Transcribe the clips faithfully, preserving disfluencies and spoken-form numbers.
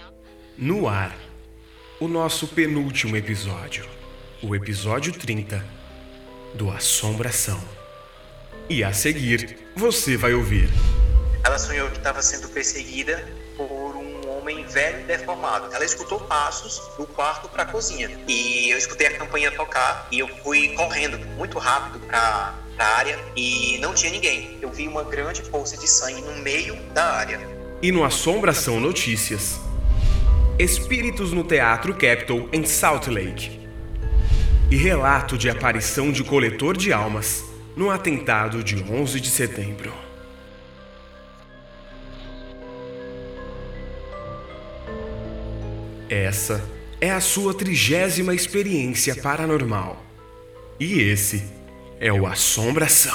No ar, o nosso penúltimo episódio, o episódio trinta do Assombração. E a seguir, você vai ouvir. Ela sonhou que estava sendo perseguida por um homem velho e deformado. Ela escutou passos do quarto para a cozinha. E eu escutei a campainha tocar e eu fui correndo muito rápido para a área e não tinha ninguém. Eu vi uma grande poça de sangue no meio da área. E no Assombração Notícias, espíritos no Teatro Capitol em Salt Lake. E relato de aparição de coletor de almas no atentado de onze de setembro. Essa é a sua trigésima experiência paranormal. E esse é o Assombração.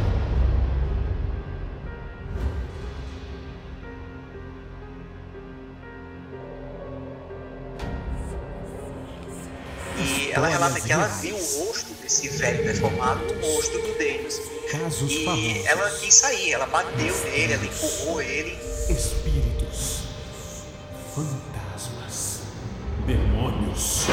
E ela relata que ela viu o rosto desse velho deformado no rosto do Dennis. Casos E famosos. ela quis sair, ela bateu nele, ela empurrou ele. Espíritos, fantasmas, demônios,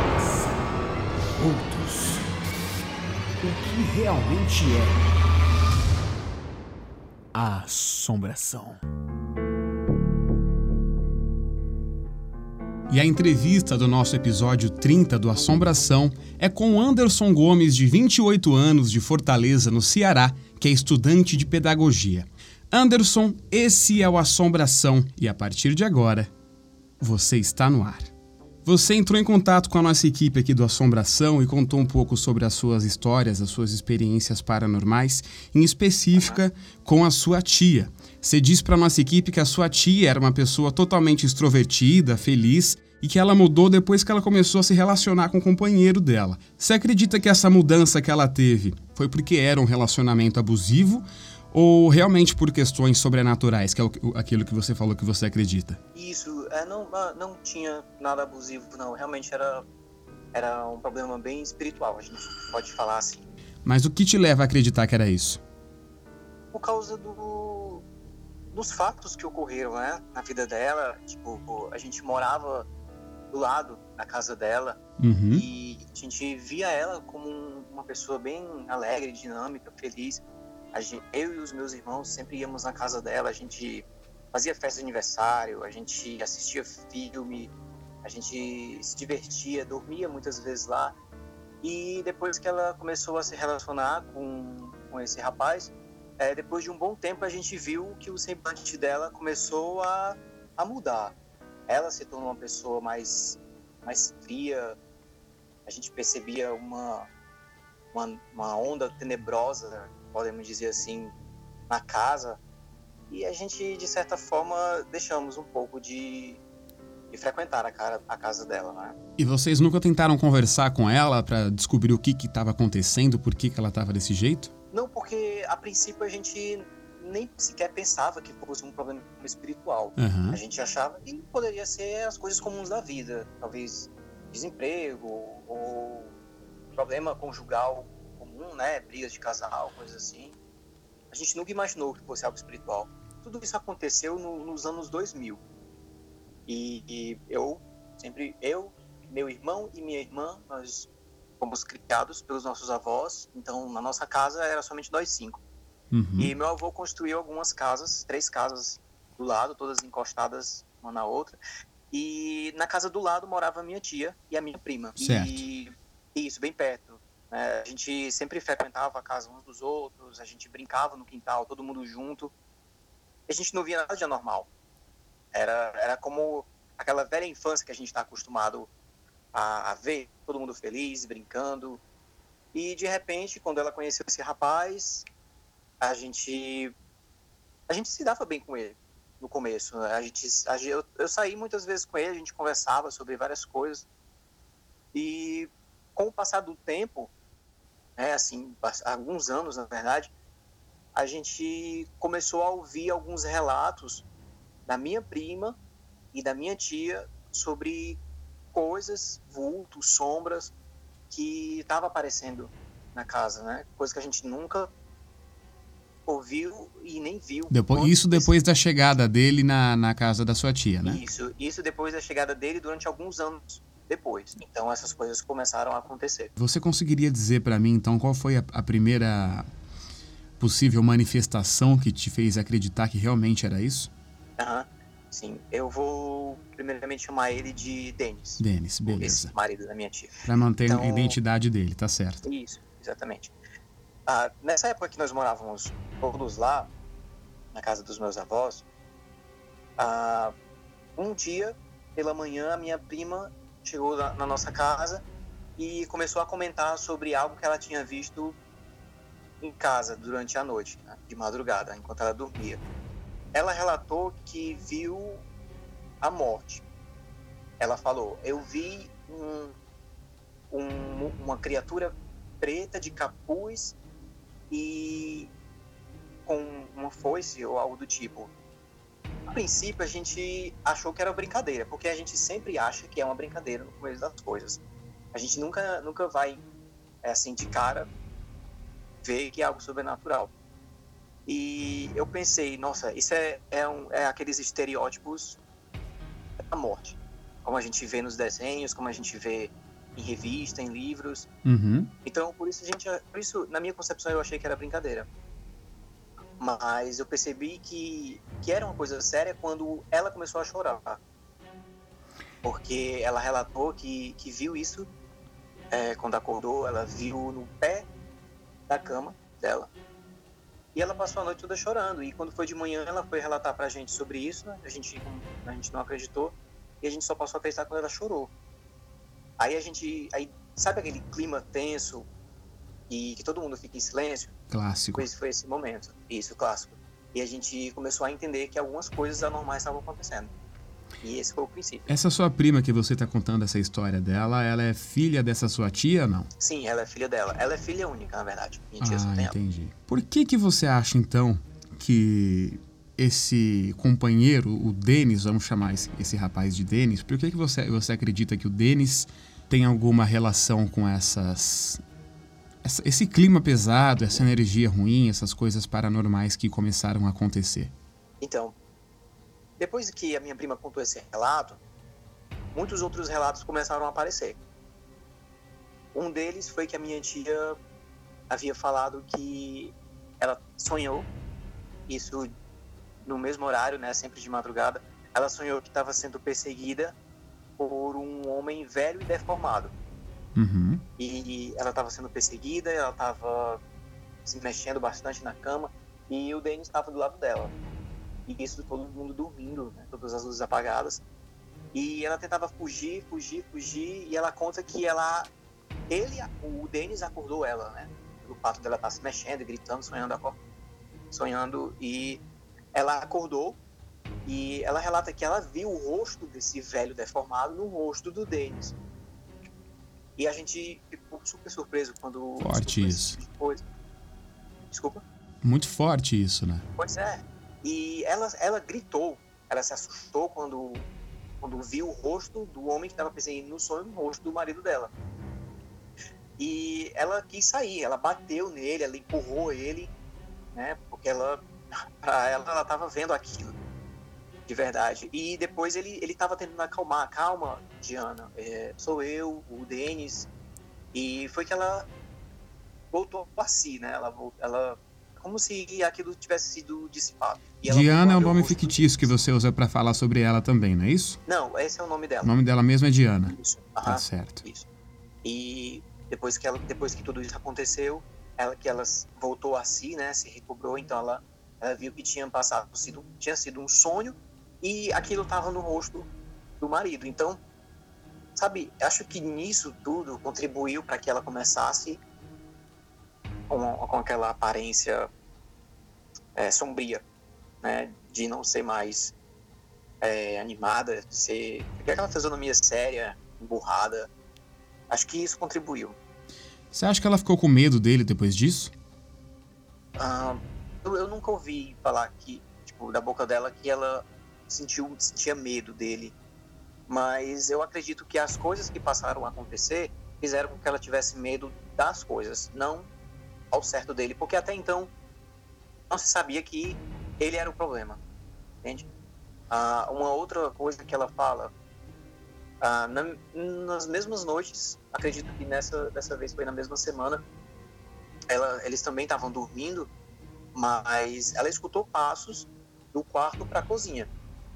outros. O que realmente é a assombração? E a entrevista do nosso episódio trinta do Assombração é com Anderson Gomes, de vinte e oito anos, de Fortaleza, no Ceará, que é estudante de pedagogia. Anderson, esse é o Assombração e a partir de agora, você está no ar. Você entrou em contato com a nossa equipe aqui do Assombração e contou um pouco sobre as suas histórias, as suas experiências paranormais, em específica com a sua tia. Você disse para a nossa equipe que a sua tia era uma pessoa totalmente extrovertida, feliz, e que ela mudou depois que ela começou a se relacionar com o companheiro dela. Você acredita que essa mudança que ela teve foi porque era um relacionamento abusivo ou realmente por questões sobrenaturais, que é aquilo que você falou que você acredita? Isso, é, não, não tinha nada abusivo, não. Realmente era, era um problema bem espiritual, a gente pode falar assim. Mas o que te leva a acreditar que era isso? Por causa do, dos fatos que ocorreram, né, na vida dela. Tipo, a gente morava do lado da casa dela, Uhum. e a gente via ela como um, uma pessoa bem alegre, dinâmica, feliz. A gente, eu e os meus irmãos sempre íamos na casa dela, a gente fazia festa de aniversário, a gente assistia filme, a gente se divertia, dormia muitas vezes lá. E depois que ela começou a se relacionar com, com esse rapaz, é, depois de um bom tempo a gente viu que o semblante dela começou a, a mudar. Ela se tornou uma pessoa mais, mais fria, a gente percebia uma, uma, uma onda tenebrosa, podemos dizer assim, na casa. E a gente, de certa forma, deixamos um pouco de, de frequentar a, cara, a casa dela, né? E vocês nunca tentaram conversar com ela para descobrir o que estava acontecendo, por que, que ela estava desse jeito? Não, porque a princípio a gente nem sequer pensava que fosse um problema espiritual. Uhum. A gente achava que poderia ser as coisas comuns da vida, talvez desemprego ou problema conjugal comum, né? Brigas de casal, coisas assim. A gente nunca imaginou que fosse algo espiritual. Tudo isso aconteceu no, nos anos dois mil. E, e eu, sempre, eu, meu irmão e minha irmã, nós fomos criados pelos nossos avós. Então, na nossa casa era somente nós cinco. Uhum. E meu avô construiu algumas casas, três casas do lado, todas encostadas uma na outra. E na casa do lado morava a minha tia e a minha prima. Certo. E isso, bem perto. É, a gente sempre frequentava a casa uns dos outros, a gente brincava no quintal, todo mundo junto. E a gente não via nada de anormal. Era, era como aquela velha infância que a gente está acostumado a, a ver, todo mundo feliz, brincando. E de repente, quando ela conheceu esse rapaz, a gente, a gente se dava bem com ele no começo. A gente, a, eu, eu saí muitas vezes com ele, a gente conversava sobre várias coisas. E com o passar do tempo, né, assim, alguns anos na verdade, a gente começou a ouvir alguns relatos da minha prima e da minha tia sobre coisas, vultos, sombras que estavam aparecendo na casa, né? Coisa que a gente nunca ouviu e nem viu. Depois, isso depois da chegada dele na, na casa da sua tia, né? Isso, isso depois da chegada dele durante alguns anos depois. Então essas coisas começaram a acontecer. Você conseguiria dizer para mim, então, qual foi a, a primeira possível manifestação que te fez acreditar que realmente era isso? Aham, sim. Eu vou primeiramente chamar ele de Denis. Denis, beleza. Esse marido da minha tia. Para manter Então, a identidade dele, tá certo. Isso, exatamente. Ah, nessa época que nós morávamos todos lá, na casa dos meus avós, ah, um dia, pela manhã, a minha prima chegou na, na nossa casa e começou a comentar sobre algo que ela tinha visto em casa durante a noite, né, de madrugada, enquanto ela dormia. Ela relatou que viu a morte. Ela falou, eu vi um, um, uma criatura preta de capuz e com uma foice ou algo do tipo. A princípio a gente achou que era brincadeira, porque a gente sempre acha que é uma brincadeira no começo das coisas. A gente nunca, nunca vai, é, assim, de cara, ver que é algo sobrenatural. E eu pensei, nossa, isso é, é, um, é aqueles estereótipos da morte, como a gente vê nos desenhos, como a gente vê em revista, em livros. Uhum. Então, por isso, a gente, por isso, na minha concepção, eu achei que era brincadeira. Mas eu percebi que, que era uma coisa séria quando ela começou a chorar. Porque ela relatou que, que viu isso é, quando acordou, ela viu no pé da cama dela. E ela passou a noite toda chorando. E quando foi de manhã, ela foi relatar pra gente sobre isso, né? A gente, a gente não acreditou. E a gente só passou a acreditar quando ela chorou. Aí a gente... Aí, sabe aquele clima tenso e que todo mundo fica em silêncio? Clássico. Esse foi esse momento. Isso, clássico. E a gente começou a entender que algumas coisas anormais estavam acontecendo. E esse foi o princípio. Essa sua prima que você tá contando essa história dela, ela é filha dessa sua tia ou não? Sim, ela é filha dela. Ela é filha única, na verdade. Minha tia só Ah, tem ela. entendi. Por que que você acha, então, que esse companheiro, o Denis, vamos chamar esse, esse rapaz de Denis, por que que você, você acredita que o Denis tem alguma relação com essas... essa, esse clima pesado, essa energia ruim, essas coisas paranormais que começaram a acontecer? Então, depois que a minha prima contou esse relato, muitos outros relatos começaram a aparecer. Um deles foi que a minha tia havia falado que ela sonhou, isso no mesmo horário, né, sempre de madrugada, ela sonhou que estava sendo perseguida por um homem velho e deformado. Uhum. E ela estava sendo perseguida, ela estava se mexendo bastante na cama e o Denis estava do lado dela. E isso todo mundo dormindo, né, todas as luzes apagadas. E ela tentava fugir, fugir, fugir e ela conta que ela, ele, o Denis acordou ela, né, pelo fato dela estar se mexendo, gritando, sonhando, sonhando e ela acordou e ela relata que ela viu o rosto desse velho deformado no rosto do Denis. E a gente ficou super surpreso quando... Forte isso. Depois. Desculpa? Muito forte isso, né? Pois é. E ela, ela gritou, ela se assustou quando, quando viu o rosto do homem que estava perseguindo no sonho, no rosto do marido dela. E ela quis sair, ela bateu nele, ela empurrou ele, né? Porque ela, pra ela, ela estava vendo aquilo, de verdade. E depois ele ele estava tentando acalmar, calma, Diana, é, sou eu, o Denis. E foi que ela voltou a si, né? Ela, ela como se aquilo tivesse sido dissipado. E Diana é um nome fictício que você usa pra falar sobre ela também, não é isso? Não, esse é o nome dela. O nome dela mesmo é Diana. Isso. Tá Aham, certo. isso. E depois que, ela, depois que tudo isso aconteceu, ela que ela voltou a si, né? Se recobrou, então ela, ela viu que tinha passado, sido, tinha sido um sonho e aquilo estava no rosto do marido. Então, sabe, acho que nisso tudo contribuiu para que ela começasse com, com aquela aparência é, sombria, né, de não ser mais é, animada, de ser aquela fisionomia séria, emburrada. Acho que isso contribuiu. Você acha que ela ficou com medo dele depois disso? Ah, eu, eu nunca ouvi falar que, tipo, da boca dela que ela sentiu, sentia medo dele, mas eu acredito que as coisas que passaram a acontecer fizeram com que ela tivesse medo das coisas, não ao certo dele, porque até então não se sabia que ele era o problema, entende? Ah, uma outra coisa que ela fala, ah, na, nas mesmas noites, acredito que nessa, dessa vez foi na mesma semana, ela, eles também estavam dormindo, mas ela escutou passos do quarto para a cozinha.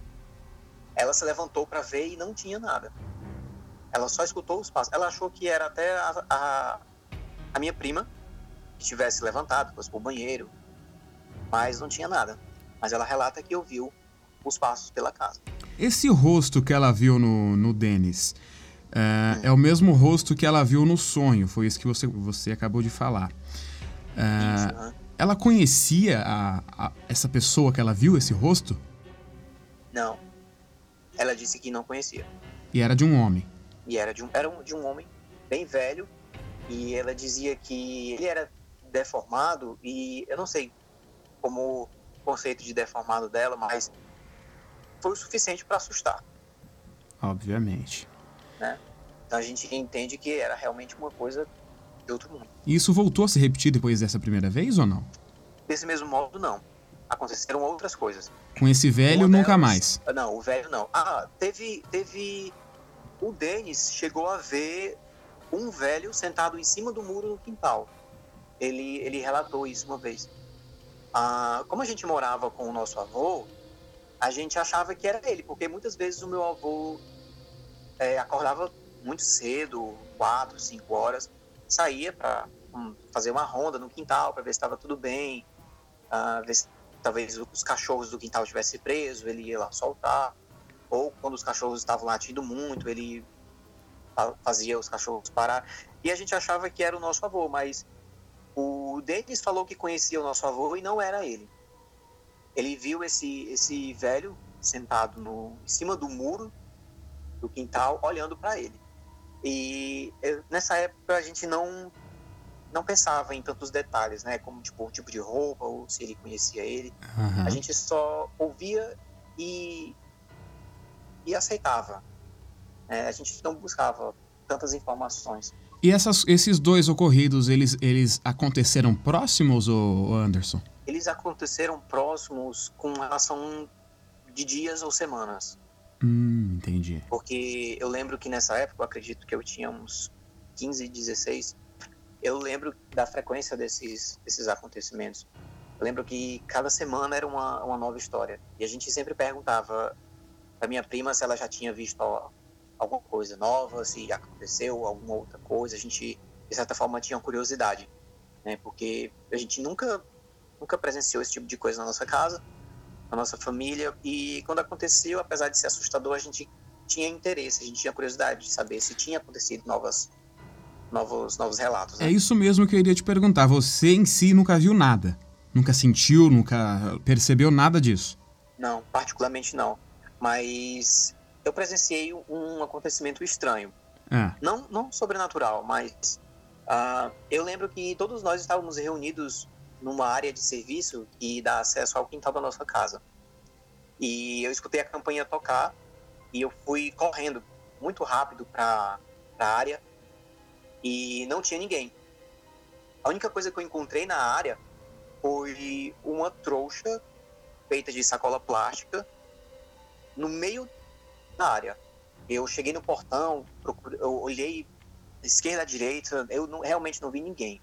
Ela se levantou para ver e não tinha nada. Ela só escutou os passos. Ela achou que era até a, a, a minha prima que tivesse levantado, fosse pro banheiro, mas não tinha nada. Mas ela relata que ouviu os passos pela casa. Esse rosto que ela viu no, no Dennis é, hum. é o mesmo rosto que ela viu no sonho, foi isso que você, você acabou de falar. É, isso, né? Ela conhecia a, a, essa pessoa que ela viu, esse rosto? Não. Ela disse que não conhecia. E era de um homem? E era de um, era um, de um homem bem velho, e ela dizia que ele era deformado, e eu não sei como o conceito de deformado dela, mas foi o suficiente para assustar. Obviamente. Né? Então a gente entende que era realmente uma coisa de outro mundo. E isso voltou a se repetir depois dessa primeira vez ou não? Desse mesmo modo, não. Aconteceram outras coisas. Com esse velho, uma nunca delas, mais? Não, o velho não. Ah, teve... teve o Dennis chegou a ver um velho sentado em cima do muro no quintal. Ele, ele relatou isso uma vez. Ah, como a gente morava com o nosso avô, a gente achava que era ele, porque muitas vezes o meu avô é, acordava muito cedo, quatro, cinco horas, saía para um, fazer uma ronda no quintal para ver se estava tudo bem, uh, ver se talvez os cachorros do quintal estivessem presos, ele ia lá soltar, ou quando os cachorros estavam latindo muito, ele fazia os cachorros parar. E a gente achava que era o nosso avô, mas o Dennis falou que conhecia o nosso avô e não era ele. Ele viu esse, esse velho sentado no, em cima do muro do quintal, olhando para ele. E eu, nessa época a gente não, não pensava em tantos detalhes, né? Como tipo, o tipo de roupa, ou se ele conhecia ele. Uhum. A gente só ouvia e, e aceitava. É, a gente não buscava tantas informações. E essas, esses dois ocorridos, eles, eles aconteceram próximos, ô Anderson? Eles aconteceram próximos com relação de dias ou semanas. Hum, entendi. Porque eu lembro que nessa época, eu acredito que eu tinha uns quinze, dezesseis, eu lembro da frequência desses, desses acontecimentos. Eu lembro que cada semana era uma, uma nova história. E a gente sempre perguntava pra minha prima se ela já tinha visto alguma coisa nova, se aconteceu alguma outra coisa. A gente, de certa forma, tinha curiosidade, né? Porque a gente nunca, nunca presenciou esse tipo de coisa na nossa casa, na nossa família, e quando aconteceu, apesar de ser assustador, a gente tinha interesse, a gente tinha curiosidade de saber se tinha acontecido novas, novos, novos relatos. Né? É isso mesmo que eu iria te perguntar. Você em si nunca viu nada? Nunca sentiu, nunca percebeu nada disso? Não, particularmente não. Mas eu presenciei um acontecimento estranho. É. Não, não sobrenatural, mas uh, eu lembro que todos nós estávamos reunidos numa área de serviço que dá acesso ao quintal da nossa casa. E eu escutei a campainha tocar e eu fui correndo muito rápido para a área e não tinha ninguém. A única coisa que eu encontrei na área foi uma trouxa feita de sacola plástica no meio da área. Eu cheguei no portão, procure, eu olhei esquerda à direita, eu não, realmente não vi ninguém.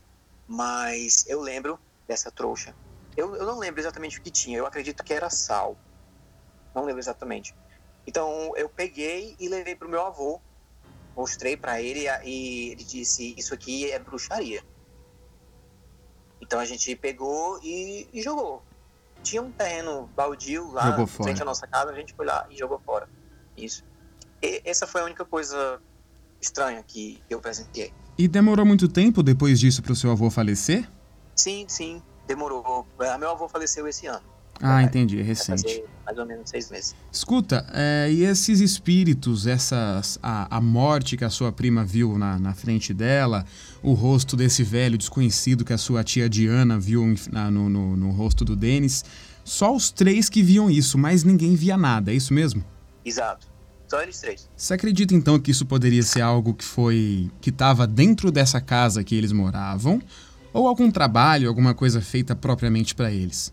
Mas eu lembro dessa trouxa. Eu, eu não lembro exatamente o que tinha. Eu acredito que era sal. Não lembro exatamente. Então eu peguei e levei para o meu avô. Mostrei para ele e ele disse: isso aqui é bruxaria. Então a gente pegou e, e jogou. Tinha um terreno baldio lá jogou em frente fora. à nossa casa. A gente foi lá e jogou fora. Isso. E essa foi a única coisa estranha que eu presenciei. E demorou muito tempo depois disso para o seu avô falecer? Sim, sim, demorou. Meu avô faleceu esse ano. Ah, é, entendi, é recente. Vai fazer mais ou menos seis meses. Escuta, é, e esses espíritos, essas, a, a morte que a sua prima viu na, na frente dela, o rosto desse velho desconhecido que a sua tia Diana viu na, no, no, no rosto do Dennis, só os três que viam isso, mas ninguém via nada, é isso mesmo? Exato. Só eles três. Você acredita então que isso poderia ser algo que foi que estava dentro dessa casa que eles moravam, Ou algum trabalho, alguma coisa feita propriamente para eles?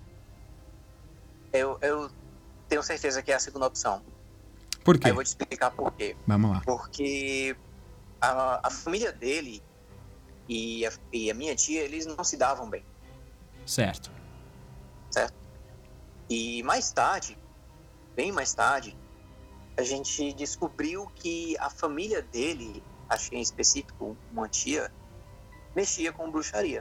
Eu, eu tenho certeza que é a segunda opção. Por quê? Aí eu vou te explicar por quê. Vamos lá. Porque a, a família dele e a, e a minha tia, eles não se davam bem. Certo. Certo? E mais tarde, bem mais tarde, a gente descobriu que a família dele, acho que em específico uma tia, mexia com bruxaria.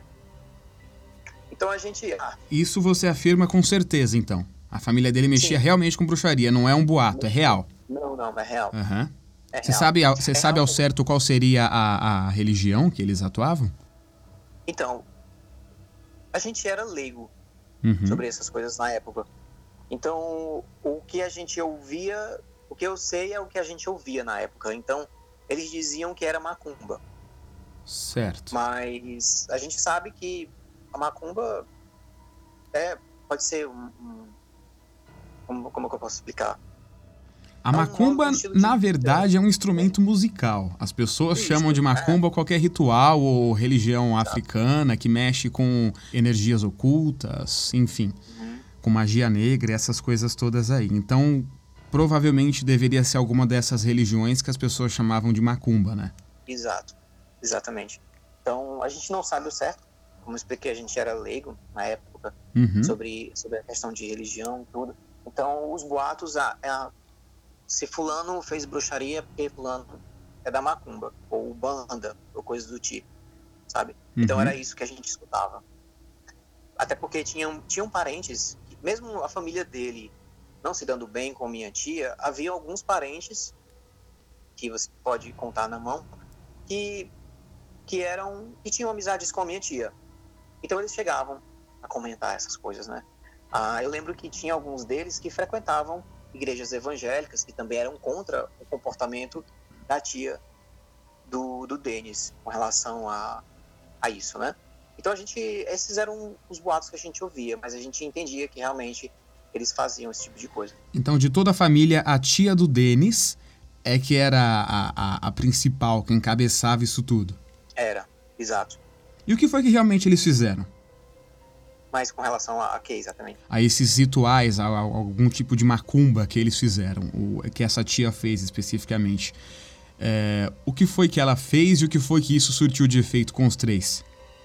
Então a gente... Ah, Isso você afirma com certeza, então. A família dele mexia sim. realmente com bruxaria, não é um boato, é real. Não, não, é real. Uhum. É Você real. sabe, ao- você É sabe real. ao certo qual seria a, a religião que eles atuavam? Então, a gente era leigo Uhum. sobre essas coisas na época. Então, o que a gente ouvia, o que eu sei é o que a gente ouvia na época. Então, eles diziam que era macumba. Certo. Mas a gente sabe que a macumba é, pode ser um... um como, como que eu posso explicar? A É um macumba, novo estilo de na vida. verdade, é um instrumento musical. As pessoas Isso, chamam de macumba é. qualquer ritual ou religião africana que mexe com energias ocultas, enfim, Uhum. com magia negra e essas coisas todas aí. Então, provavelmente deveria ser alguma dessas religiões que as pessoas chamavam de macumba, né? Exato, exatamente. Então, a gente não sabe o certo. Como eu expliquei, a gente era leigo na época Uhum. sobre, sobre a questão de religião e tudo. Então, os boatos, ah, ah, se fulano fez bruxaria porque fulano é da macumba, ou banda, ou coisa do tipo, sabe? Então, Uhum. era isso que a gente escutava. Até porque tinham, tinham parentes, que, mesmo a família dele não se dando bem com minha tia, havia alguns parentes, que você pode contar na mão, que, que, eram, que tinham amizades com a minha tia. Então, eles chegavam a comentar essas coisas, né? Ah, eu lembro que tinha alguns deles que frequentavam igrejas evangélicas, que também eram contra o comportamento da tia do, do Denis com relação a, a isso, né? Então, a gente, esses eram os boatos que a gente ouvia, mas a gente entendia que realmente eles faziam esse tipo de coisa. Então, de toda a família, a tia do Denis é que era a, a, a principal, que encabeçava isso tudo. Era, exato. E o que foi que realmente eles fizeram? Mas com relação a, a que exatamente? A esses rituais, a, a algum tipo de macumba que eles fizeram, o, que essa tia fez especificamente. É, o que foi que ela fez e o que foi que isso surtiu de efeito com os três?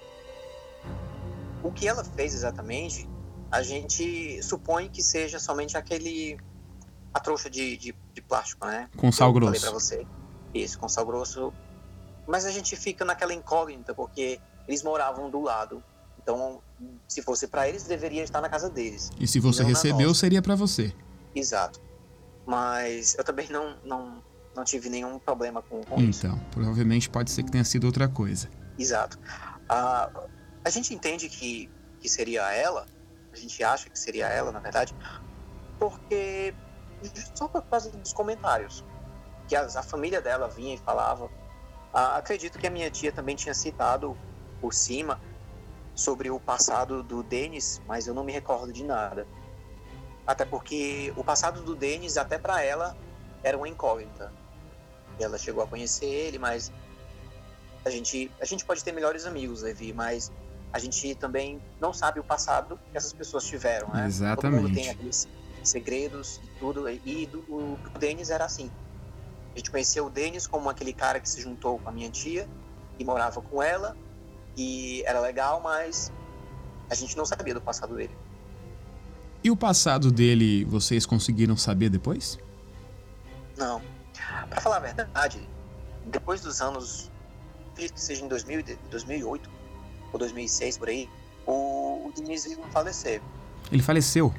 O que ela fez exatamente, a gente supõe que seja somente aquele... a trouxa de, de, de plástico, né? Com sal Eu grosso. falei pra você. Isso, com sal grosso. Mas a gente fica naquela incógnita, porque eles moravam do lado. Então, se fosse pra eles, deveria estar na casa deles. E se você não na recebeu, nossa. seria pra você. Exato. Mas eu também não, não, não tive nenhum problema com, com isso. Então, provavelmente pode ser que tenha sido outra coisa. Exato. Ah, a gente entende que, que seria ela, a gente acha que seria ela, na verdade, porque só por causa dos comentários que a, a família dela vinha e falava. Ah, acredito que a minha tia também tinha citado por cima sobre o passado do Denis, mas eu não me recordo de nada. Até porque o passado do Denis, até para ela, era uma incógnita. Ela chegou a conhecer ele, mas a gente, a gente pode ter melhores amigos, Levi, mas a gente também não sabe o passado que essas pessoas tiveram, né? Exatamente. Todo mundo tem aqueles segredos e tudo, e do, o, o Denis era assim. A gente conheceu o Denis como aquele cara que se juntou com a minha tia e morava com ela, e era legal, mas a gente não sabia do passado dele. E o passado dele, vocês conseguiram saber depois? Não. Pra falar a verdade, depois dos anos, acredito que seja em dois mil, dois mil e oito ou dois mil e seis, por aí, o, o Denis veio falecer. Ele faleceu.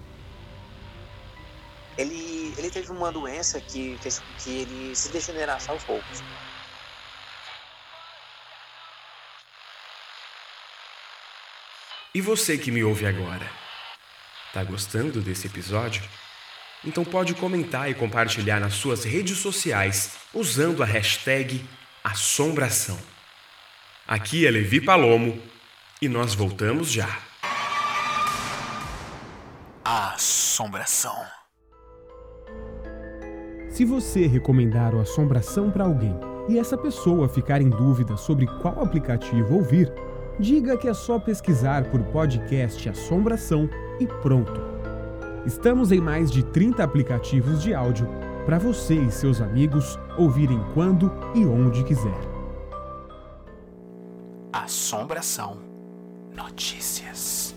Ele, ele teve uma doença que fez com que ele se degenerasse aos poucos. E você que me ouve agora, tá gostando desse episódio? Então pode comentar e compartilhar nas suas redes sociais usando a hashtag Assombração. Aqui é Levi Palomo e nós voltamos já. Assombração. Se você recomendar o Assombração para alguém e essa pessoa ficar em dúvida sobre qual aplicativo ouvir, diga que é só pesquisar por podcast Assombração e pronto. Estamos em mais de trinta aplicativos de áudio para você e seus amigos ouvirem quando e onde quiser. Assombração Notícias.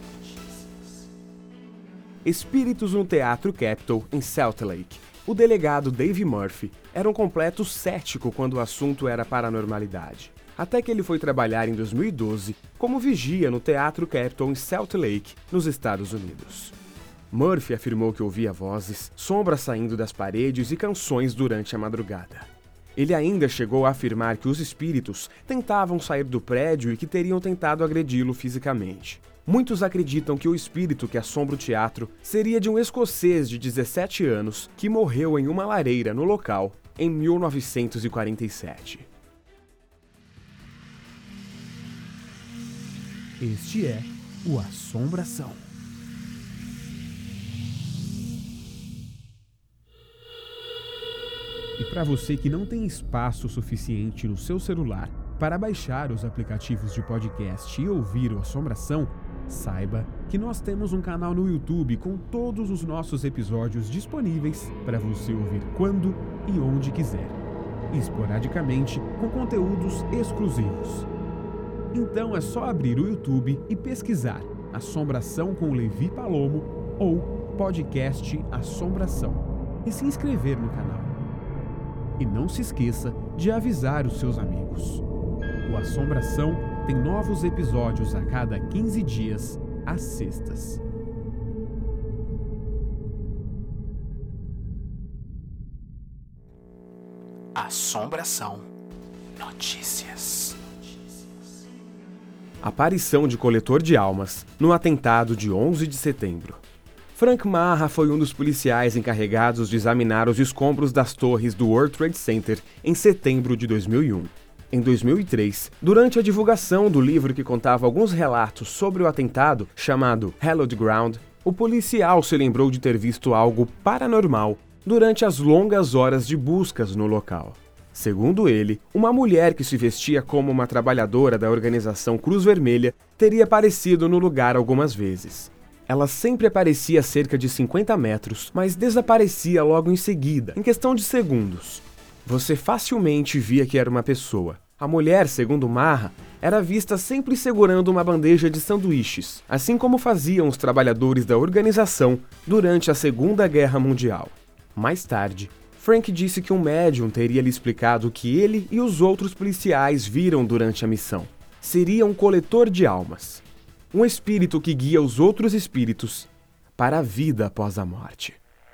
Espíritos no Teatro Capitol, em Salt Lake. O delegado Dave Murphy era um completo cético quando o assunto era paranormalidade. Até que ele foi trabalhar em dois mil e doze como vigia no Teatro Capitol em Salt Lake, nos Estados Unidos. Murphy afirmou que ouvia vozes, sombras saindo das paredes e canções durante a madrugada. Ele ainda chegou a afirmar que os espíritos tentavam sair do prédio e que teriam tentado agredi-lo fisicamente. Muitos acreditam que o espírito que assombra o teatro seria de um escocês de dezessete anos que morreu em uma lareira no local em mil novecentos e quarenta e sete. Este é o Assombração. E para você que não tem espaço suficiente no seu celular para baixar os aplicativos de podcast e ouvir o Assombração, saiba que nós temos um canal no YouTube com todos os nossos episódios disponíveis para você ouvir quando e onde quiser, esporadicamente com conteúdos exclusivos. Então é só abrir o YouTube e pesquisar Assombração com Levi Palomo ou podcast Assombração e se inscrever no canal. E não se esqueça de avisar os seus amigos. O Assombração tem novos episódios a cada quinze dias, às sextas. Assombração Notícias. Aparição de coletor de almas no atentado de onze de setembro. Frank Marra foi um dos policiais encarregados de examinar os escombros das torres do World Trade Center em setembro de dois mil e um. Em dois mil e três, durante a divulgação do livro que contava alguns relatos sobre o atentado, chamado Hallowed Ground, o policial se lembrou de ter visto algo paranormal durante as longas horas de buscas no local. Segundo ele, uma mulher que se vestia como uma trabalhadora da organização Cruz Vermelha teria aparecido no lugar algumas vezes. Ela sempre aparecia a cerca de cinquenta metros, mas desaparecia logo em seguida, em questão de segundos. Você facilmente via que era uma pessoa. A mulher, segundo Marra, era vista sempre segurando uma bandeja de sanduíches, assim como faziam os trabalhadores da organização durante a Segunda Guerra Mundial. Mais tarde, Frank disse que um médium teria lhe explicado o que ele e os outros policiais viram durante a missão. Seria um coletor de almas. Um espírito que guia os outros espíritos para a vida após a morte.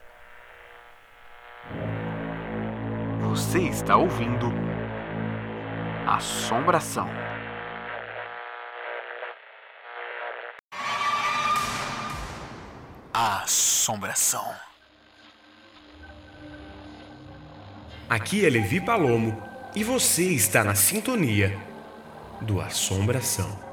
Você está ouvindo Assombração. Assombração. Aqui é Levi Palomo e você está na sintonia do Assombração.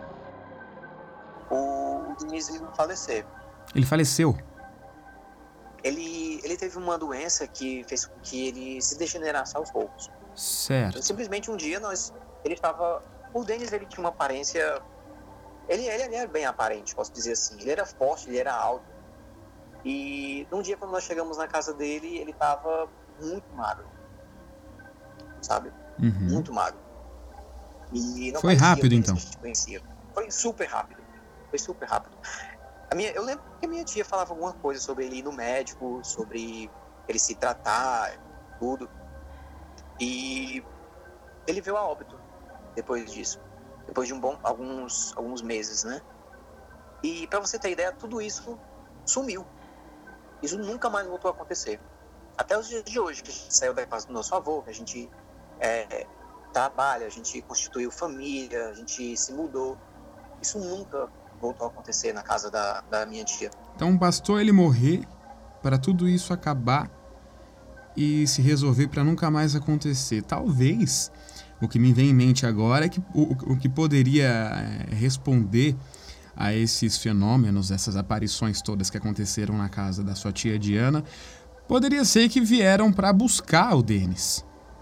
O Diniz faleceu. Ele faleceu? Ele, ele teve uma doença que fez com que ele se degenerasse aos poucos. Certo. Simplesmente um dia nós, ele estava... O Denis, ele tinha uma aparência... Ele, ele, ele era bem aparente, posso dizer assim. Ele era forte, ele era alto. E um dia, quando nós chegamos na casa dele, ele estava muito magro. Sabe? Uhum. Muito magro. E não Foi rápido, então? Que a gente conhecia. Foi super rápido. Foi super rápido. A minha, eu lembro que a minha tia falava alguma coisa sobre ele ir no médico, sobre ele se tratar, tudo. E ele veio a óbito depois disso. Depois de um bom, alguns, alguns meses, né? E pra você ter ideia, tudo isso sumiu. Isso nunca mais voltou a acontecer. Até os dias de hoje, que a gente saiu da casa do nosso avô, que a gente é, trabalha, a gente constituiu família, a gente se mudou. Isso nunca voltou a acontecer na casa da, da minha tia. Então bastou ele morrer para tudo isso acabar e se resolver para nunca mais acontecer. Talvez, o que me vem em mente agora é que o, o que poderia é, responder a esses fenômenos, essas aparições todas que aconteceram na casa da sua tia Diana, poderia ser que vieram para buscar o Denis.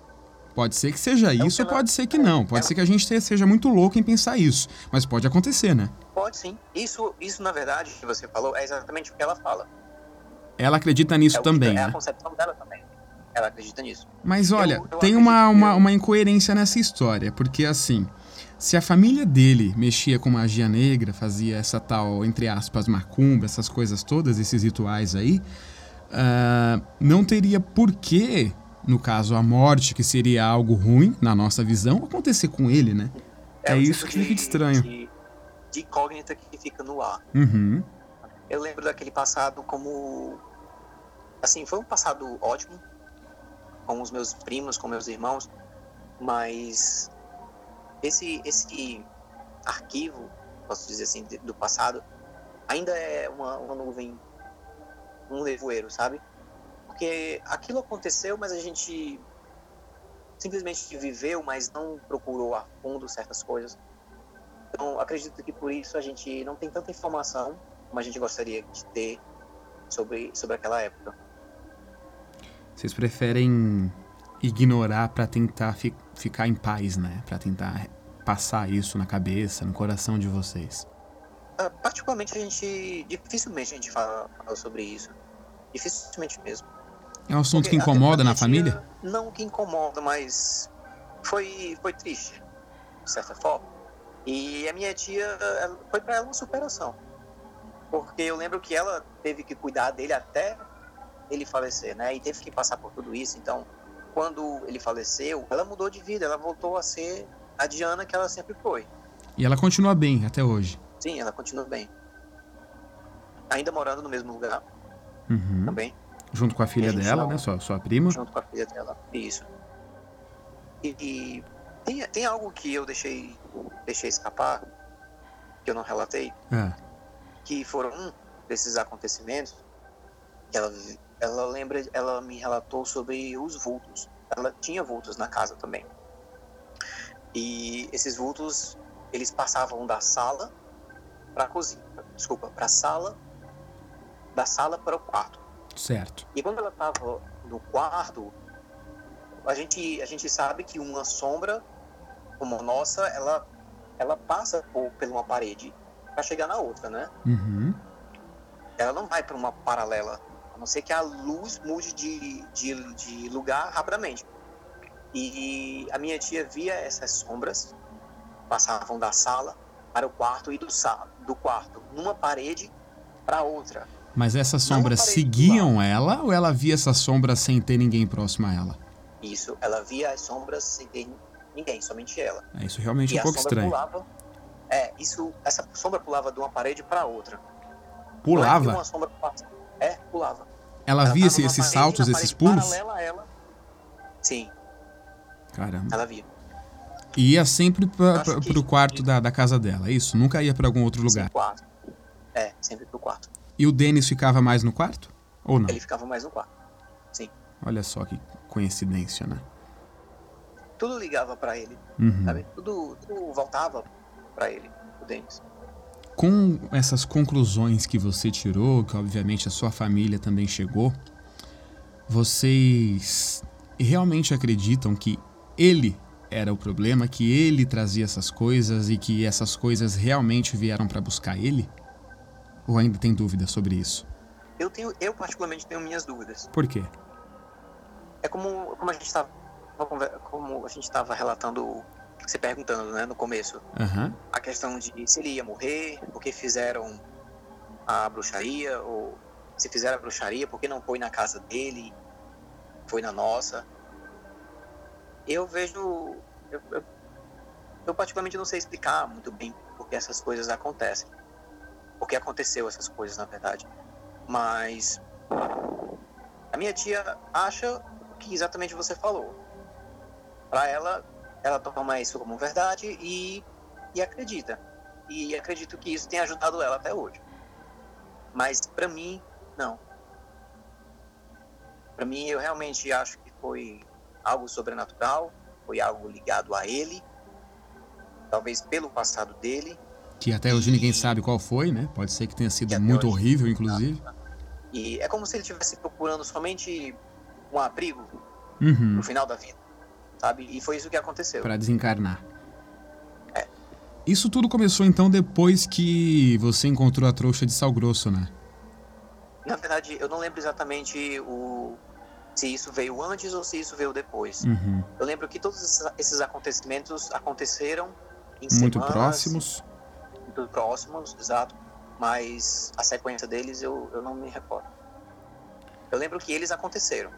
Pode ser que seja isso, ou ela- pode ser que não. Pode ela- ser que a gente te- seja muito louco em pensar isso. Mas pode acontecer, né? Pode sim. Isso, isso, na verdade, que você falou, é exatamente o que ela fala. Ela acredita nisso é o que- também, é a né? concepção dela também. Ela acredita nisso. Mas olha, Eu- eu tem acredito uma, que uma, eu- uma incoerência nessa história. Porque assim, se a família dele mexia com magia negra, fazia essa tal, entre aspas, macumba, essas coisas todas, esses rituais aí, ah, não teria porquê, no caso a morte, que seria algo ruim, na nossa visão, acontecer com ele, né? É um isso tipo que fica de- estranho. De, de incógnita que fica no ar. Uhum. Eu lembro daquele passado como... Assim, foi um passado ótimo, com os meus primos, com meus irmãos, mas esse, esse arquivo, posso dizer assim, de- do passado, ainda é uma, uma nuvem, um nevoeiro, sabe? Porque aquilo aconteceu, mas a gente simplesmente viveu, mas não procurou a fundo certas coisas. Então, acredito que por isso a gente não tem tanta informação como a gente gostaria de ter sobre, sobre aquela época. Vocês preferem ignorar pra tentar fi- ficar em paz, né? Pra tentar passar isso na cabeça, no coração de vocês. Ah, particularmente, a gente... Dificilmente a gente fala, fala sobre isso. Dificilmente mesmo. É um assunto Porque que até incomoda pra na minha família? tia, não que incomoda, mas foi, foi triste, de certa forma. E a minha tia, ela- foi para ela uma superação. Porque eu lembro que ela teve que cuidar dele até ele falecer, né? E teve que passar por tudo isso. Então, quando ele faleceu, ela mudou de vida. Ela voltou a ser a Diana que ela sempre foi. E ela continua bem até hoje. Sim, ela continua bem. Ainda morando no mesmo lugar Uhum. também. Junto com a filha A gente dela, não- né? Sua, sua prima. Junto com a filha dela. Isso. E, e tem, tem algo que eu deixei, deixei escapar, que eu não relatei, É. que foram um desses acontecimentos que ela, ela lembra, ela me relatou sobre os vultos. Ela tinha vultos na casa também. E esses vultos, eles passavam da sala para a cozinha. Desculpa, para a sala, da sala para o quarto. Certo. E quando ela estava no quarto, a gente, a gente sabe que uma sombra como a nossa, ela, ela passa por, por uma parede para chegar na outra, né? Uhum. Ela não vai para uma paralela, a não ser que a luz mude de, de, de lugar rapidamente. E a minha tia via essas sombras, passavam da sala para o quarto e do, sa- do quarto numa parede para outra. Mas essas Não sombras aparece do seguiam ela ou ela via essas sombras sem ter ninguém próximo a ela? Isso, ela via as sombras sem ter ninguém, somente ela. É, isso realmente é E um a pouco sombra estranho. pulava. É, isso, essa sombra pulava de uma parede para outra. Não é que Pulava? uma sombra passa- É, pulava. Ela Ela via tava esse- numa esses parede, saltos, na esses parede pulos? paralela a ela. Sim, Caramba. ela via. E ia sempre pra, Eu acho pra, que- pro quarto da, da casa dela, é isso? Nunca ia pra algum outro lugar. Sim, quarto. É, sempre pro quarto. E o Denis ficava mais no quarto? Ou não? Ele ficava mais no quarto. Sim. Olha só que coincidência, né? Tudo ligava para ele, Uhum. sabe? Tudo, tudo voltava para ele, o Denis. Com essas conclusões que você tirou, que obviamente a sua família também chegou, vocês realmente acreditam que ele era o problema, que ele trazia essas coisas e que essas coisas realmente vieram para buscar ele? Ou ainda tem dúvida sobre isso? Eu tenho, eu particularmente tenho minhas dúvidas. Por quê? É como, como a gente estava como a gente estava relatando, se perguntando, né, no começo, Aham. a questão de se ele ia morrer, porque fizeram a bruxaria, ou se fizeram a bruxaria, porque não foi na casa dele, foi na nossa. Eu vejo, eu, eu, eu particularmente não sei explicar muito bem porque essas coisas acontecem, porque aconteceu essas coisas na verdade, mas a minha tia acha o que exatamente você falou. Para ela, ela toma isso como verdade e, e acredita. E acredito que isso tem ajudado ela até hoje. Mas para mim, não. Para mim, eu realmente acho que foi algo sobrenatural, foi algo ligado a ele, talvez pelo passado dele. Que até hoje ninguém sabe qual foi, né? Pode ser que tenha sido Que até muito hoje- horrível, inclusive. E é como se ele estivesse procurando somente um abrigo Uhum. no final da vida. sabe? E foi isso que aconteceu. Pra desencarnar. É. Isso tudo começou, então, depois que você encontrou a trouxa de Sal Grosso, né? Na verdade, eu não lembro exatamente o... se isso veio antes ou se isso veio depois. Uhum. Eu lembro que todos esses acontecimentos aconteceram em Muito semanas, próximos. muito próximos, exato. Mas a sequência deles eu, eu não me recordo. Eu lembro que eles aconteceram.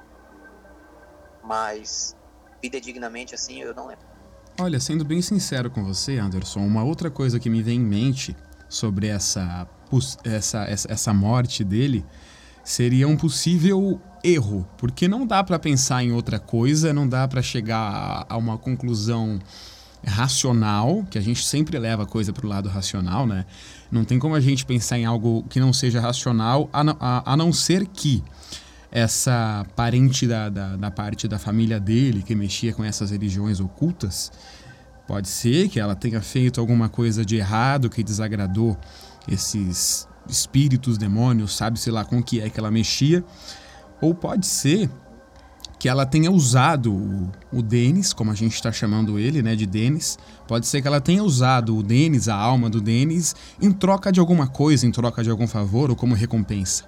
Mas, fidedignamente assim, eu não lembro. Olha, sendo bem sincero com você, Anderson, uma outra coisa que me vem em mente sobre essa, essa, essa, essa morte dele seria um possível erro, porque não dá para pensar em outra coisa, não dá para chegar a uma conclusão racional, que a gente sempre leva a coisa para o lado racional, né? Não tem como a gente pensar em algo que não seja racional, a não, a, a não ser que essa parente da, da, da parte da família dele, que mexia com essas religiões ocultas, pode ser que ela tenha feito alguma coisa de errado, que desagradou esses espíritos, demônios, sabe-se lá com o que é que ela mexia. Ou pode ser que ela tenha usado o, o Denis, como a gente está chamando ele, né, de Denis. Pode ser que ela tenha usado o Denis, a alma do Denis, em troca de alguma coisa, em troca de algum favor ou como recompensa.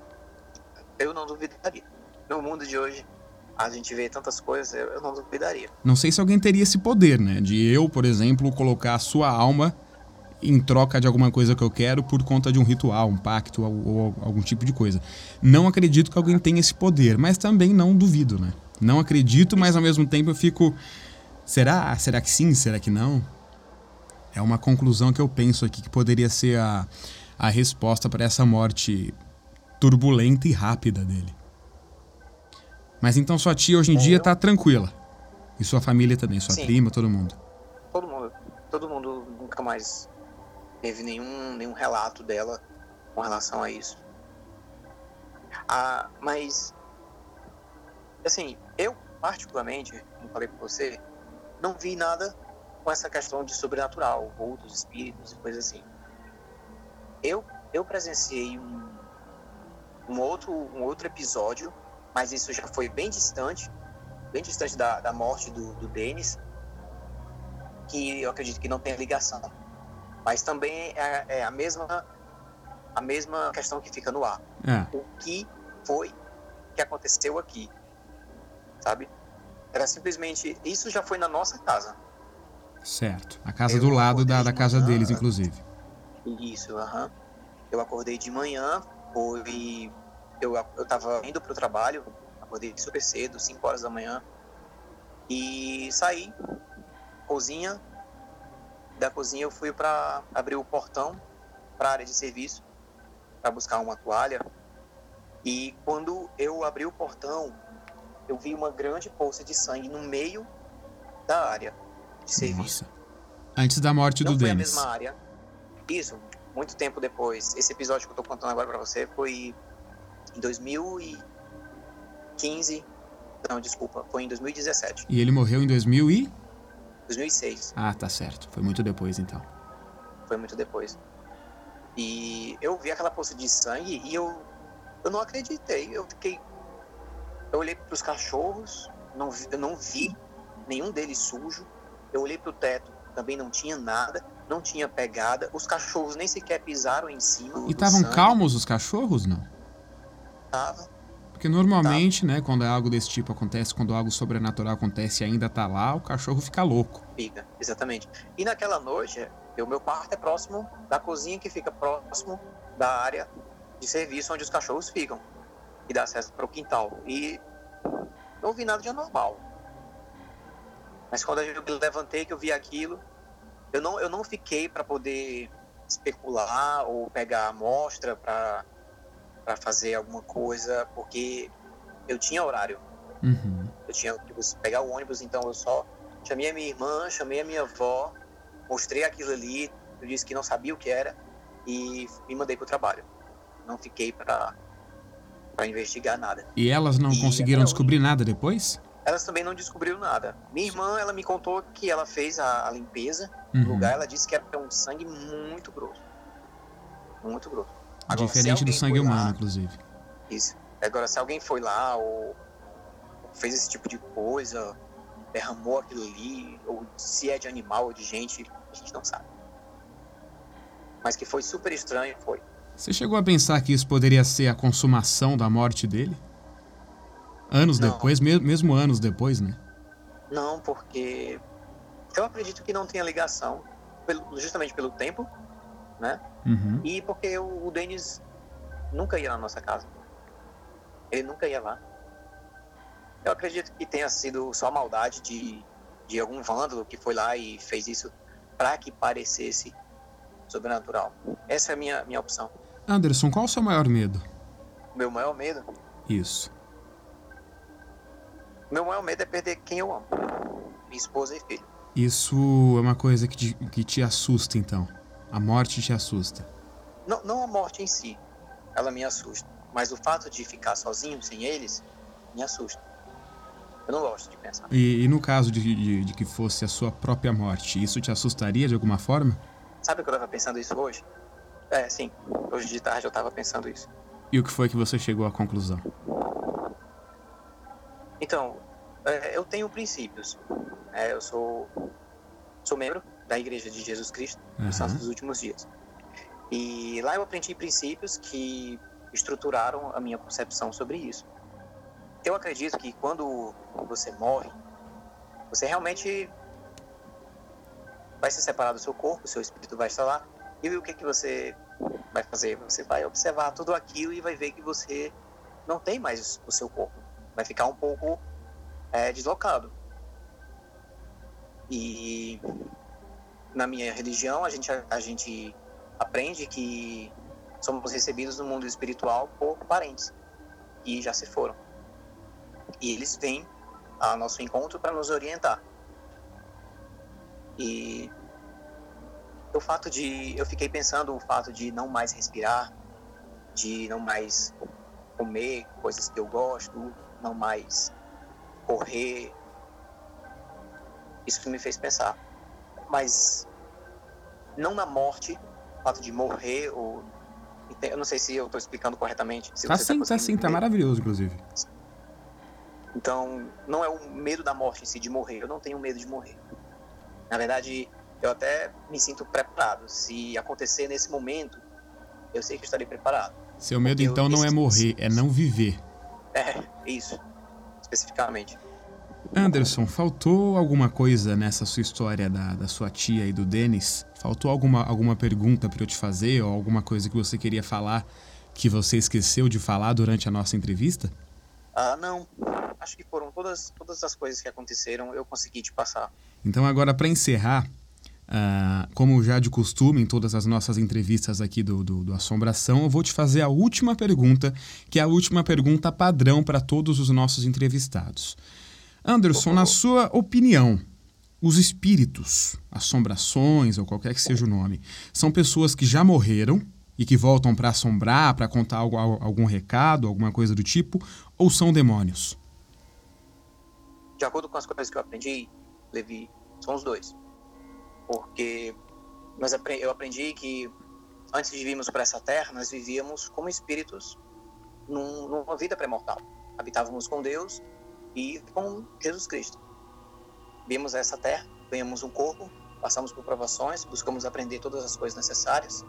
Eu não duvidaria. No mundo de hoje, a gente vê tantas coisas, eu não duvidaria. Não sei se alguém teria esse poder, né, de eu, por exemplo, colocar a sua alma em troca de alguma coisa que eu quero por conta de um ritual, um pacto ou, ou algum tipo de coisa. Não acredito que alguém tenha esse poder, mas também não duvido, né? Não acredito, mas ao mesmo tempo eu fico... Será? Será que sim? Será que não? É uma conclusão que eu penso aqui que poderia ser a, a resposta para essa morte turbulenta e rápida dele. Mas então sua tia hoje em dia tá tranquila. E sua família também, sua Sim. prima, todo mundo. Todo mundo. Todo mundo nunca mais teve nenhum, nenhum relato dela com relação a isso. Ah, mas, assim, eu particularmente, como falei com você, não vi nada com essa questão de sobrenatural, vultos, espíritos e coisas assim. Eu, eu presenciei um, um, outro, um outro episódio, mas isso já foi bem distante, bem distante da, da morte do, do Denis, que eu acredito que não tem ligação. Mas também é, é a mesma a mesma questão que fica no ar. É. O que foi que aconteceu aqui? Sabe? Era simplesmente... Isso já foi na nossa casa. Certo. A casa Eu do lado da, acordei da de casa manhã. deles, inclusive. Isso, aham. Uhum. Eu acordei de manhã, foi... Eu, eu tava indo pro trabalho, acordei super cedo, cinco horas da manhã, e saí, cozinha. Da cozinha eu fui para abrir o portão para a área de serviço, para buscar uma toalha. E quando eu abri o portão, eu vi uma grande poça de sangue no meio da área de serviço. Nossa. Antes da morte Não do foi Denis. a mesma área. Isso, muito tempo depois. Esse episódio que eu tô contando agora para você foi em dois mil e quinze. Não, desculpa, foi em dois mil e dezessete. E ele morreu em dois mil e... dois mil e seis. Ah, tá certo. Foi muito depois, então. Foi muito depois. E eu vi aquela poça de sangue e eu, eu não acreditei. Eu fiquei... Eu olhei para os cachorros, não vi, eu não vi nenhum deles sujo. Eu olhei para o teto, também não tinha nada, não tinha pegada. Os cachorros nem sequer pisaram em cima. E estavam calmos os cachorros, não? Tava. Porque normalmente, né, quando é algo desse tipo acontece, quando algo sobrenatural acontece e ainda tá lá, o cachorro fica louco. Fica, exatamente. E naquela noite, o meu quarto é próximo da cozinha, que fica próximo da área de serviço onde os cachorros ficam, e dá acesso para o quintal. E não vi nada de anormal. Mas quando eu levantei, que eu vi aquilo, eu não, eu não fiquei para poder especular ou pegar a amostra para para fazer alguma coisa, porque eu tinha horário. Uhum. Eu tinha que pegar o ônibus, então eu só chamei a minha irmã, chamei a minha avó, mostrei aquilo ali, eu disse que não sabia o que era e me mandei pro trabalho. Não fiquei para para investigar nada. E elas não E conseguiram até descobrir nada depois? Elas também não descobriram nada. Minha irmã, ela me contou que ela fez a, a limpeza Uhum. do lugar. Ela disse que era um sangue muito grosso. Muito grosso. Agora, se Diferente do alguém sangue foi humano, lá- inclusive. Isso. Agora, se alguém foi lá ou fez esse tipo de coisa, derramou aquilo ali, ou se é de animal ou de gente, a gente não sabe. Mas que foi super estranho, foi. Você chegou a pensar que isso poderia ser a consumação da morte dele? Anos Não. depois, me- mesmo anos depois, né? Não, porque eu acredito que não tenha ligação, pelo- justamente pelo tempo, né? Uhum. E porque o, o Denis nunca ia na nossa casa. Ele nunca ia lá. Eu acredito que tenha sido só maldade de, de algum vândalo que foi lá e fez isso para que parecesse sobrenatural. Essa é a minha, minha opção. Anderson, qual o seu maior medo? Meu maior medo? Isso. Meu maior medo é perder quem eu amo. Minha esposa e filho. Isso é uma coisa que te, que te assusta, então. A morte te assusta. Não, não a morte em si, ela me assusta. Mas o fato de ficar sozinho, sem eles, me assusta. Eu não gosto de pensar. E, e no caso de, de, de que fosse a sua própria morte, isso te assustaria de alguma forma? Sabe que eu tava pensando isso hoje? É, sim. Hoje de tarde eu tava pensando isso. E o que foi que você chegou à conclusão? Então, é, eu tenho princípios. É, eu sou, sou membro da Igreja de Jesus Cristo dos Uhum. Santos dos Últimos Dias. E lá eu aprendi princípios que estruturaram a minha concepção sobre isso. Eu acredito que quando você morre, você realmente vai se separar do seu corpo, o seu espírito vai estar lá. E o que, que você vai fazer? Você vai observar tudo aquilo e vai ver que você não tem mais o seu corpo. Vai ficar um pouco é, deslocado. E na minha religião, a gente, a gente aprende que somos recebidos no mundo espiritual por parentes que já se foram. E eles vêm ao nosso encontro para nos orientar. E o fato de... Eu fiquei pensando o fato de não mais respirar, de não mais comer coisas que eu gosto, não mais correr. Isso me fez pensar. Mas não na morte, o fato de morrer ou... Eu não sei se eu estou explicando corretamente. Se Tá você sim, tá conseguindo sim, tá entender. maravilhoso, inclusive. Então, não é o medo da morte em si, de morrer. Eu não tenho medo de morrer. Na verdade, eu até me sinto preparado. Se acontecer nesse momento, eu sei que eu estarei preparado. Seu medo, Porque eu- então, não é esse- morrer, é não viver. É, isso. Especificamente. Anderson, faltou alguma coisa nessa sua história da, da sua tia e do Denis? Faltou alguma, alguma pergunta para eu te fazer ou alguma coisa que você queria falar que você esqueceu de falar durante a nossa entrevista? Ah, não. Acho que foram todas, todas as coisas que aconteceram, eu consegui te passar. Então, agora, para encerrar, ah, como já de costume em todas as nossas entrevistas aqui do, do, do Assombração, eu vou te fazer a última pergunta, que é a última pergunta padrão para todos os nossos entrevistados. Anderson, na sua opinião, os espíritos, assombrações ou qualquer que seja o nome, são pessoas que já morreram e que voltam para assombrar, para contar algo, algum recado, alguma coisa do tipo, ou são demônios? De acordo com as coisas que eu aprendi, Levi, são os dois. Porque nós apre- eu aprendi que antes de virmos para essa terra, nós vivíamos como espíritos num- numa vida pré-mortal. Habitávamos com Deus e com Jesus Cristo. Vimos essa terra, ganhamos um corpo, passamos por provações, buscamos aprender todas as coisas necessárias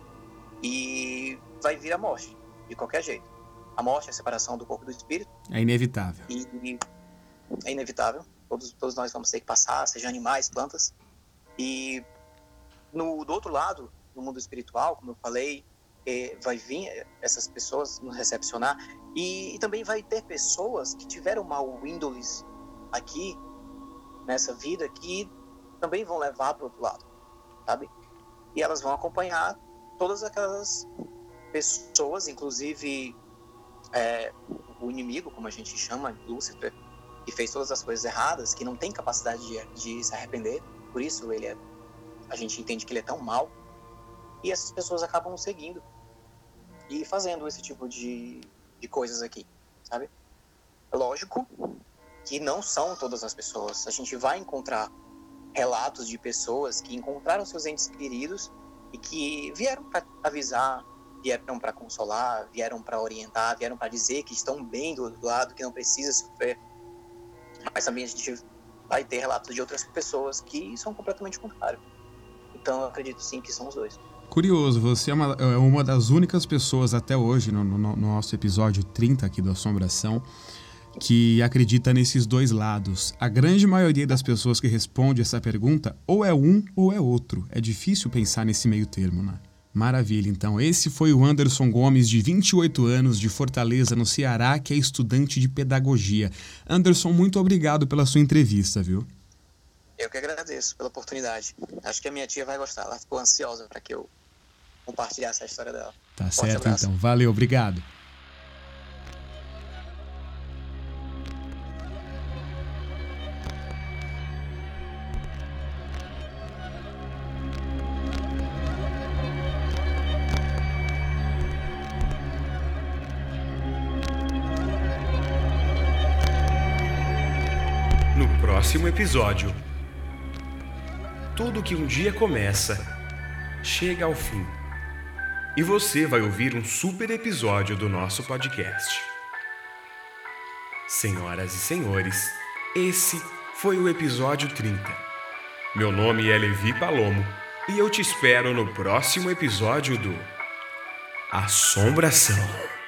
e vai vir a morte, de qualquer jeito. A morte é a separação do corpo e do espírito É inevitável. e é inevitável. Todos, todos nós vamos ter que passar, seja animais, plantas. E no, do outro lado, no mundo espiritual, como eu falei, eh, vai vir essas pessoas nos recepcionar e, e também vai ter pessoas que tiveram mau índoles aqui, nessa vida, que também vão levar para o outro lado, sabe? E elas vão acompanhar todas aquelas pessoas, inclusive é, o inimigo, como a gente chama, Lúcifer, que fez todas as coisas erradas, que não tem capacidade de, de se arrepender, por isso ele é, a gente entende que ele é tão mau, e essas pessoas acabam seguindo e fazendo esse tipo de, de coisas aqui, sabe? Lógico que não são todas as pessoas, a gente vai encontrar relatos de pessoas que encontraram seus entes queridos e que vieram para avisar, vieram para consolar, vieram para orientar, vieram para dizer que estão bem do outro lado, que não precisa sofrer. Mas também a gente vai ter relatos de outras pessoas que são completamente contrários. Então eu acredito sim que são os dois. Curioso, você é uma, é uma das únicas pessoas até hoje, no, no, no nosso episódio trinta aqui do Assombração, que acredita nesses dois lados. A grande maioria das pessoas que responde essa pergunta ou é um ou é outro. É difícil pensar nesse meio termo, né? Maravilha, então esse foi o Anderson Gomes, de vinte e oito anos, de Fortaleza, no Ceará, que é estudante de pedagogia. Anderson, muito obrigado pela sua entrevista, viu? Eu que agradeço pela oportunidade. Acho que a minha tia vai gostar, ela ficou ansiosa para que eu compartilhasse a história dela. Tá Forte certo, abraço. então. Valeu, obrigado. No próximo episódio, tudo que um dia começa, chega ao fim. E você vai ouvir um super episódio do nosso podcast. Senhoras e senhores, esse foi o episódio trinta. Meu nome é Levi Palomo e eu te espero no próximo episódio do Assombração.